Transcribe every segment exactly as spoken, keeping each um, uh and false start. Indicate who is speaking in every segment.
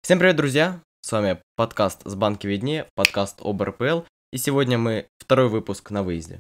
Speaker 1: Всем привет, друзья! С вами подкаст «С банки виднее», подкаст об эр пэ эл, и сегодня мы второй выпуск на выезде.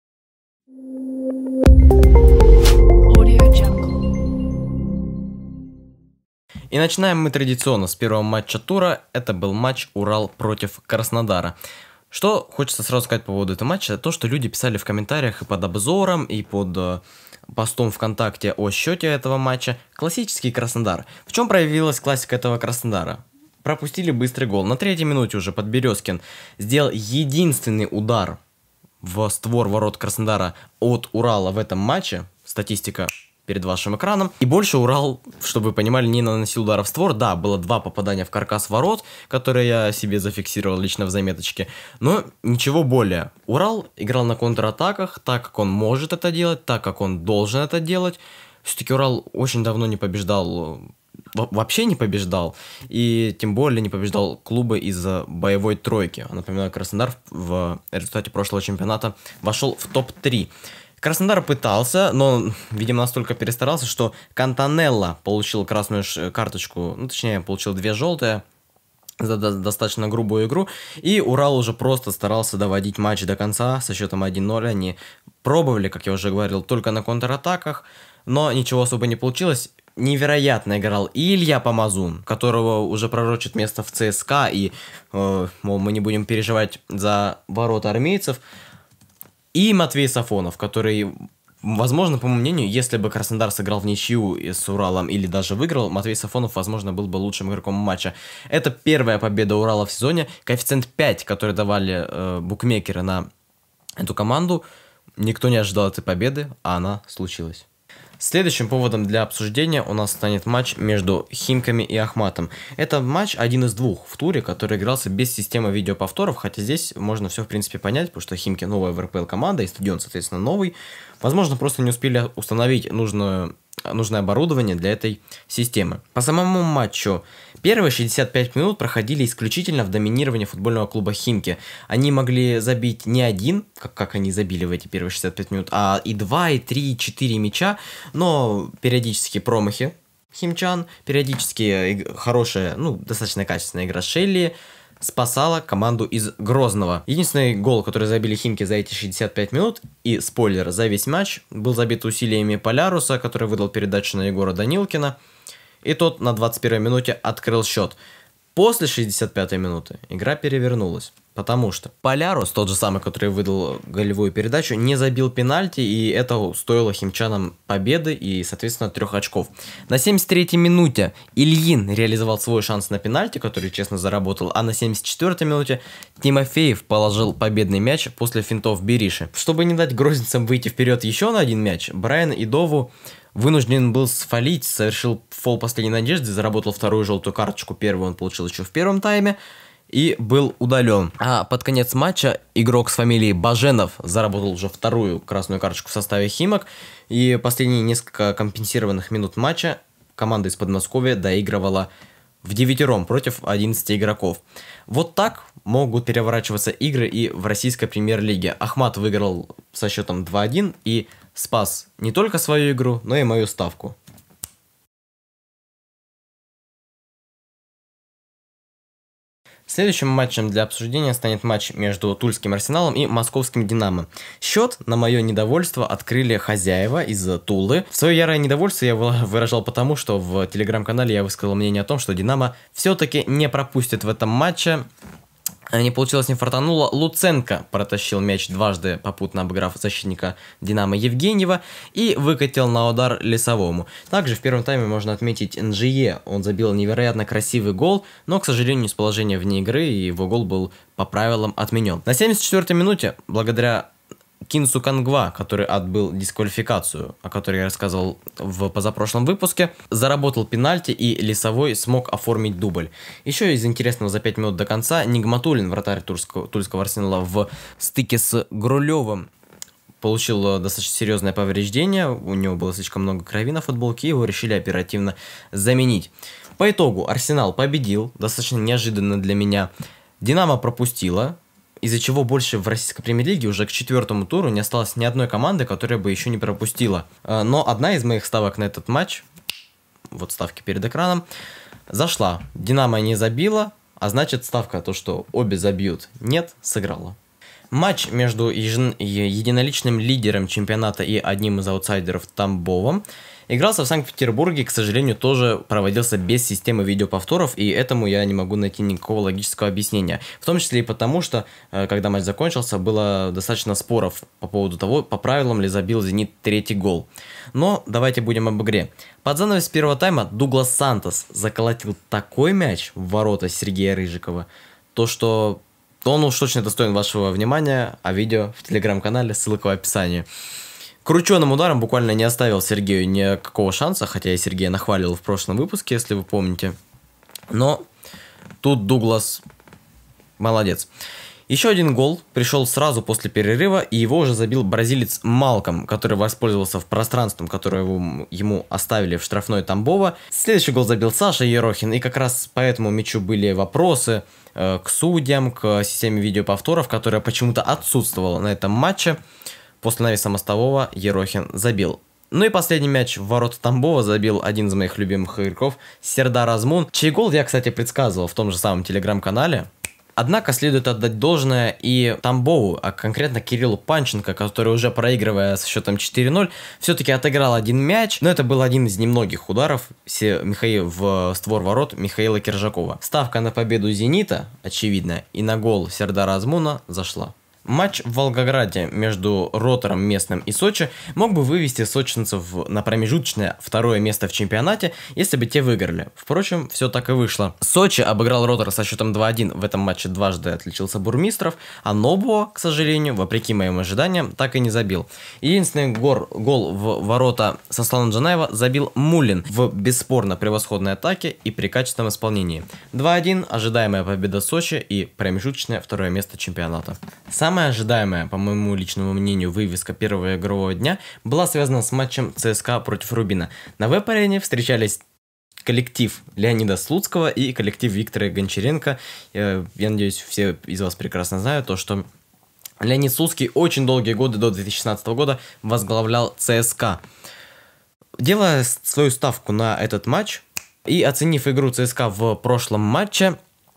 Speaker 1: И начинаем мы традиционно с первого матча тура. Это был матч Урал против Краснодара. Что хочется сразу сказать по поводу этого матча, то, что люди писали в комментариях и под обзором, и под постом ВКонтакте о счете этого матча. Классический Краснодар. В чем проявилась классика этого Краснодара? Пропустили быстрый гол. На третьей минуте уже Подберезкин сделал единственный удар в створ ворот Краснодара от Урала в этом матче. Статистика перед вашим экраном. И больше Урал, чтобы вы понимали, не наносил удара в створ. Да, было два попадания в каркас ворот, которые я себе зафиксировал лично в заметочке. Но ничего более. Урал играл на контратаках, так как он может это делать, так как он должен это делать. Все-таки Урал очень давно не побеждал, вообще не побеждал. И тем более не побеждал клубы из-за боевой тройки. Напоминаю, Краснодар в результате прошлого чемпионата вошел в топ три. Краснодар пытался, но, видимо, настолько перестарался, что Кантанелло получил красную карточку, ну, точнее, получил две желтые за достаточно грубую игру, и Урал уже просто старался доводить матч до конца со счетом один ноль. Они пробовали, как я уже говорил, только на контратаках, но ничего особо не получилось. Невероятно играл и Илья Помазун, которого уже пророчит место в ЦСКА, и, э, мол, мы не будем переживать за ворота армейцев. И Матвей Сафонов, который, возможно, по моему мнению, если бы Краснодар сыграл в ничью с Уралом или даже выиграл, Матвей Сафонов, возможно, был бы лучшим игроком матча. Это первая победа Урала в сезоне. Коэффициент пять, который давали э, букмекеры на эту команду, никто не ожидал этой победы, а она случилась. Следующим поводом для обсуждения у нас станет матч между Химками и Ахматом. Это матч один из двух в туре, который игрался без системы видеоповторов, хотя здесь можно все в принципе понять, потому что Химки новая в эр пэ эл команда, и стадион, соответственно, новый. Возможно, просто не успели установить нужную, нужное оборудование для этой системы. По самому матчу, первые шестьдесят пять минут проходили исключительно в доминировании футбольного клуба Химки. Они могли забить не один, как, как они забили в эти первые шестьдесят пять минут, а и два, и три, и четыре мяча, но периодически промахи химчан, периодически хорошая, ну, достаточно качественная игра Шелли спасала команду из Грозного. Единственный гол, который забили Химки за эти шестьдесят пять минут, и спойлер, за весь матч, был забит усилиями Поляруса, который выдал передачу на Егора Данилкина, и тот на двадцать первой минуте открыл счет. После шестьдесят пятой минуты игра перевернулась, потому что Полярус, тот же самый, который выдал голевую передачу, не забил пенальти, и это стоило химчанам победы и, соответственно, трех очков. На семьдесят третьей минуте Ильин реализовал свой шанс на пенальти, который честно заработал, а на семьдесят четвёртой минуте Тимофеев положил победный мяч после финтов Бериши. Чтобы не дать грозницам выйти вперед еще на один мяч, Брайан Идову вынужден был сфалить, совершил фол последней надежды, заработал вторую желтую карточку, первую он получил еще в первом тайме, и был удален. А под конец матча игрок с фамилией Баженов заработал уже вторую красную карточку в составе Химок, и последние несколько компенсированных минут матча команда из Подмосковья доигрывала в девятером против одиннадцати игроков. Вот так могут переворачиваться игры и в российской премьер-лиге. Ахмат выиграл со счетом два один и спас не только свою игру, но и мою ставку. Следующим матчем для обсуждения станет матч между Тульским Арсеналом и Московским Динамо. Счет на мое недовольство открыли хозяева из Тулы. Свое ярое недовольство я выражал потому, что в телеграм-канале я высказал мнение о том, что Динамо все-таки не пропустит в этом матче. Не получилось, не фартануло. Луценко протащил мяч дважды, попутно обыграв защитника Динамо Евгеньева, и выкатил на удар Лесовому. Также в первом тайме можно отметить эн джи и. Он забил невероятно красивый гол, но, к сожалению, из положения вне игры, и его гол был по правилам отменен. На семьдесят четвёртой минуте, благодаря Кинсу Кангва, который отбыл дисквалификацию, о которой я рассказывал в позапрошлом выпуске, заработал пенальти, и Лесовой смог оформить дубль. Еще из интересного за пять минут до конца Нигматуллин, вратарь Тульского, Тульского Арсенала, в стыке с Грулевым получил достаточно серьезное повреждение, у него было слишком много крови на футболке, его решили оперативно заменить. По итогу Арсенал победил, достаточно неожиданно для меня. Динамо пропустила, из-за чего больше в российской премьер-лиге уже к четвертому туру не осталось ни одной команды, которая бы еще не пропустила. Но одна из моих ставок на этот матч, вот ставки перед экраном, Зашла. Динамо не забила, а значит ставка, то что обе забьют, нет, сыграла. Матч между единоличным лидером чемпионата и одним из аутсайдеров Тамбовом игрался в Санкт-Петербурге, к сожалению, тоже проводился без системы видеоповторов, и этому я не могу найти никакого логического объяснения. В том числе и потому, что, когда матч закончился, было достаточно споров по поводу того, по правилам ли забил «Зенит» третий гол. Но давайте будем об игре. Под занавес первого тайма Дуглас Сантос заколотил такой мяч в ворота Сергея Рыжикова, то что... то он уж точно достоин вашего внимания, а видео в телеграм-канале, ссылка в описании. Крученым ударом буквально не оставил Сергею никакого шанса, хотя я Сергея нахвалил в прошлом выпуске, если вы помните. Но тут Дуглас молодец. Еще один гол пришел сразу после перерыва, и его уже забил бразилец Малком, который воспользовался в пространством, которое ему оставили в штрафной Тамбова. Следующий гол забил Саша Ерохин, и как раз по этому мячу были вопросы э, к судьям, к системе видеоповторов, которая почему-то отсутствовала на этом матче. После навеса мостового Ерохин забил. Ну и последний мяч в ворота Тамбова забил один из моих любимых игроков Сердар Азмун, чей гол я, кстати, предсказывал в том же самом телеграм-канале. Однако следует отдать должное и Тамбову, а конкретно Кириллу Панченко, который уже проигрывая со счетом четыре ноль, все-таки отыграл один мяч, но это был один из немногих ударов Михаил, в створ ворот Михаила Киржакова. Ставка на победу «Зенита», очевидно, и на гол Сердара Азмуна зашла. Матч в Волгограде между Ротором местным и Сочи мог бы вывести сочинцев на промежуточное второе место в чемпионате, если бы те выиграли. Впрочем, все так и вышло. Сочи обыграл Ротор со счетом два один, в этом матче дважды отличился Бурмистров, а Нобуа, к сожалению, вопреки моим ожиданиям, так и не забил. Единственный гор, гол в ворота Сослана Джанаева забил Мулин в бесспорно превосходной атаке и при качественном исполнении. два один, ожидаемая победа Сочи и промежуточное второе место чемпионата. Самое Самая ожидаемая, по моему личному мнению, вывеска первого игрового дня была связана с матчем ЦСКА против Рубина. На веб-арене встречались коллектив Леонида Слуцкого и коллектив Виктора Гончаренко. Я, я надеюсь, все из вас прекрасно знают то, что Леонид Слуцкий очень долгие годы, до две тысячи шестнадцатого года, возглавлял ЦСКА. Делая свою ставку на этот матч и оценив игру ЦСКА в прошлом матче,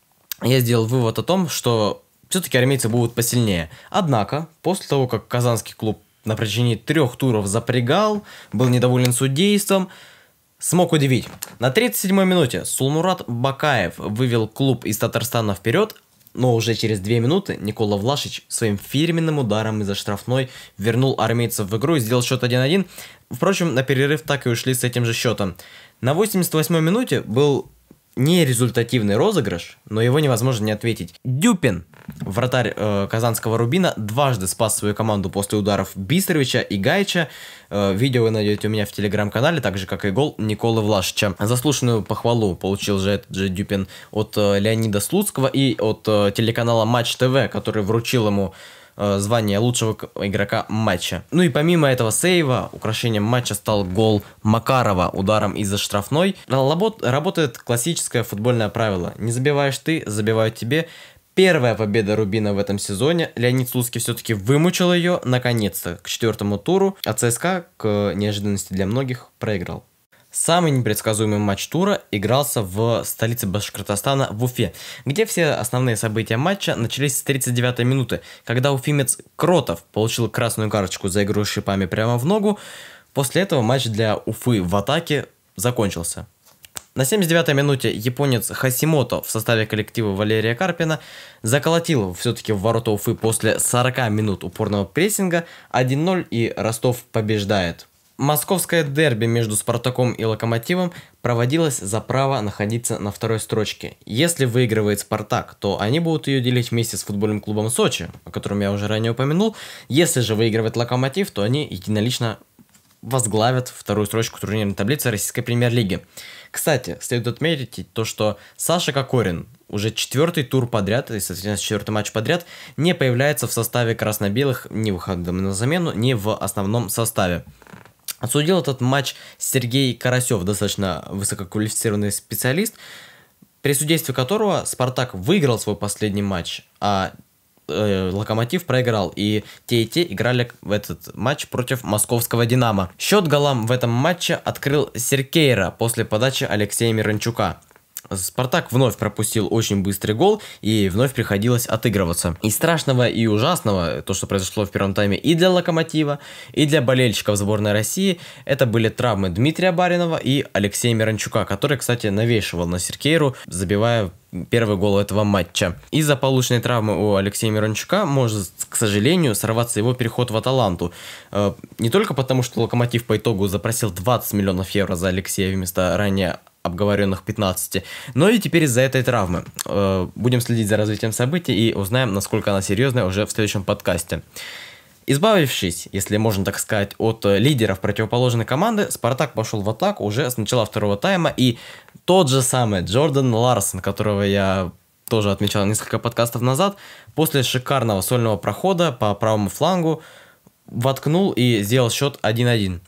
Speaker 1: я сделал вывод о том, что все-таки армейцы будут посильнее. Однако, после того, как казанский клуб на протяжении трех туров запрягал, был недоволен судейством, смог удивить. На тридцать седьмой минуте Сулмурат Бакаев вывел клуб из Татарстана вперед, но уже через две минуты Никола Влашич своим фирменным ударом из-за штрафной вернул армейцев в игру и сделал счет один один. Впрочем, на перерыв так и ушли с этим же счетом. На восемьдесят восьмой минуте был нерезультативный розыгрыш, но его невозможно не ответить. Дюпин, вратарь э, казанского Рубина, дважды спас свою команду после ударов Бистровича и Гайча. Э, видео вы найдете у меня в телеграм-канале, так же как и гол Николы Влашича. Заслуженную похвалу получил же этот же Дюпин от э, Леонида Слуцкого и от э, телеканала Матч ТВ, который вручил ему звание лучшего игрока матча. Ну и помимо этого сейва, украшением матча стал гол Макарова ударом из-за штрафной. Работает классическое футбольное правило: не забиваешь ты, забивают тебе. Первая победа Рубина в этом сезоне. Леонид Слуцкий все-таки вымучил ее наконец-то к четвертому туру, а ЦСКА, к неожиданности для многих, проиграл. Самый непредсказуемый матч тура игрался в столице Башкортостана, в Уфе, где все основные события матча начались с тридцать девятой минуты, когда уфимец Кротов получил красную карточку за игру с шипами прямо в ногу. После этого матч для Уфы в атаке закончился. На семьдесят девятой минуте японец Хасимото в составе коллектива Валерия Карпина заколотил все-таки в ворота Уфы после сорока минут упорного прессинга один ноль, и Ростов побеждает. Московское дерби между Спартаком и Локомотивом проводилось за право находиться на второй строчке. Если выигрывает Спартак, то они будут ее делить вместе с футбольным клубом Сочи, о котором я уже ранее упомянул. Если же выигрывает Локомотив, то они единолично возглавят вторую строчку турнирной таблицы Российской премьер-лиги. Кстати, следует отметить то, что Саша Кокорин уже четвертый тур подряд, и, соответственно, четвертый матч подряд, не появляется в составе красно-белых ни выходом на замену, ни в основном составе. Отсудил этот матч Сергей Карасев, достаточно высококвалифицированный специалист, при судействе которого Спартак выиграл свой последний матч, а э, Локомотив проиграл, и те и те играли в этот матч против московского Динамо. Счет голам в этом матче открыл Серкейра после подачи Алексея Миранчука. Спартак вновь пропустил очень быстрый гол, и вновь приходилось отыгрываться. И страшного, и ужасного, то, что произошло в первом тайме и для Локомотива, и для болельщиков сборной России, это были травмы Дмитрия Баринова и Алексея Миранчука, который, кстати, навешивал на Серкейру, забивая первый гол этого матча. Из-за полученной травмы у Алексея Миранчука может, к сожалению, сорваться его переход в Аталанту. Не только потому, что Локомотив по итогу запросил двадцать миллионов евро за Алексея вместо ранее обговоренных пятнадцати, но и теперь из-за этой травмы. Будем следить за развитием событий и узнаем, насколько она серьезная, уже в следующем подкасте. Избавившись, если можно так сказать, от лидеров противоположной команды, Спартак пошел в атаку уже с начала второго тайма, и тот же самый Джордан Ларсон, которого я тоже отмечал несколько подкастов назад, после шикарного сольного прохода по правому флангу воткнул и сделал счет один-один.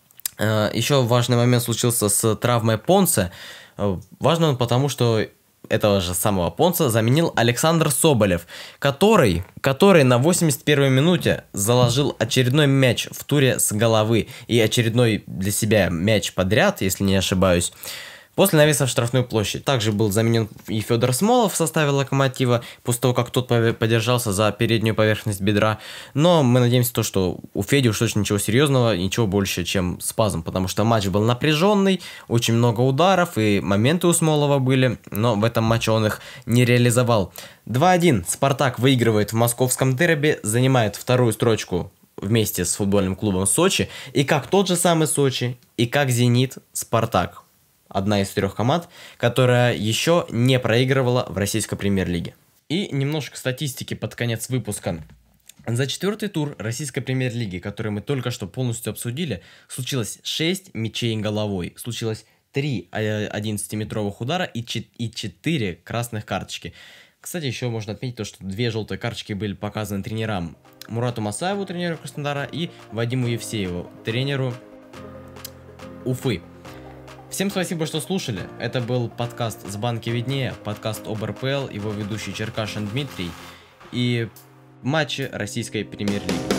Speaker 1: Еще важный момент случился с травмой Понса. Важно он потому, что этого же самого Понса заменил Александр Соболев, который, который на восемьдесят первой минуте заложил очередной мяч в туре с головы и очередной для себя мяч подряд, если не ошибаюсь, после навеса в штрафную площадь. Также был заменен и Федор Смолов в составе Локомотива, после того, как тот подержался за переднюю поверхность бедра. Но мы надеемся, то, что у Феди уж точно ничего серьезного, ничего больше, чем спазм, потому что матч был напряженный, очень много ударов, и моменты у Смолова были, но в этом матче он их не реализовал. два-один. Спартак выигрывает в московском дерби, занимает вторую строчку вместе с футбольным клубом Сочи, и как тот же самый Сочи, и как Зенит, Спартак. Одна из трех команд, которая еще не проигрывала в российской премьер-лиге. И немножко статистики под конец выпуска. За четвертый тур российской премьер-лиги, который мы только что полностью обсудили, случилось шесть мячей головой, случилось три одиннадцатиметровых удара и четыре красных карточки. Кстати, еще можно отметить то, что две желтые карточки были показаны тренерам Мурату Масаеву, тренеру Краснодара, и Вадиму Евсееву, тренеру Уфы. Всем спасибо, что слушали. Это был подкаст «С банки виднее», подкаст об эр пэ эл, его ведущий Черкашин Дмитрий и матчи российской премьер-лиги.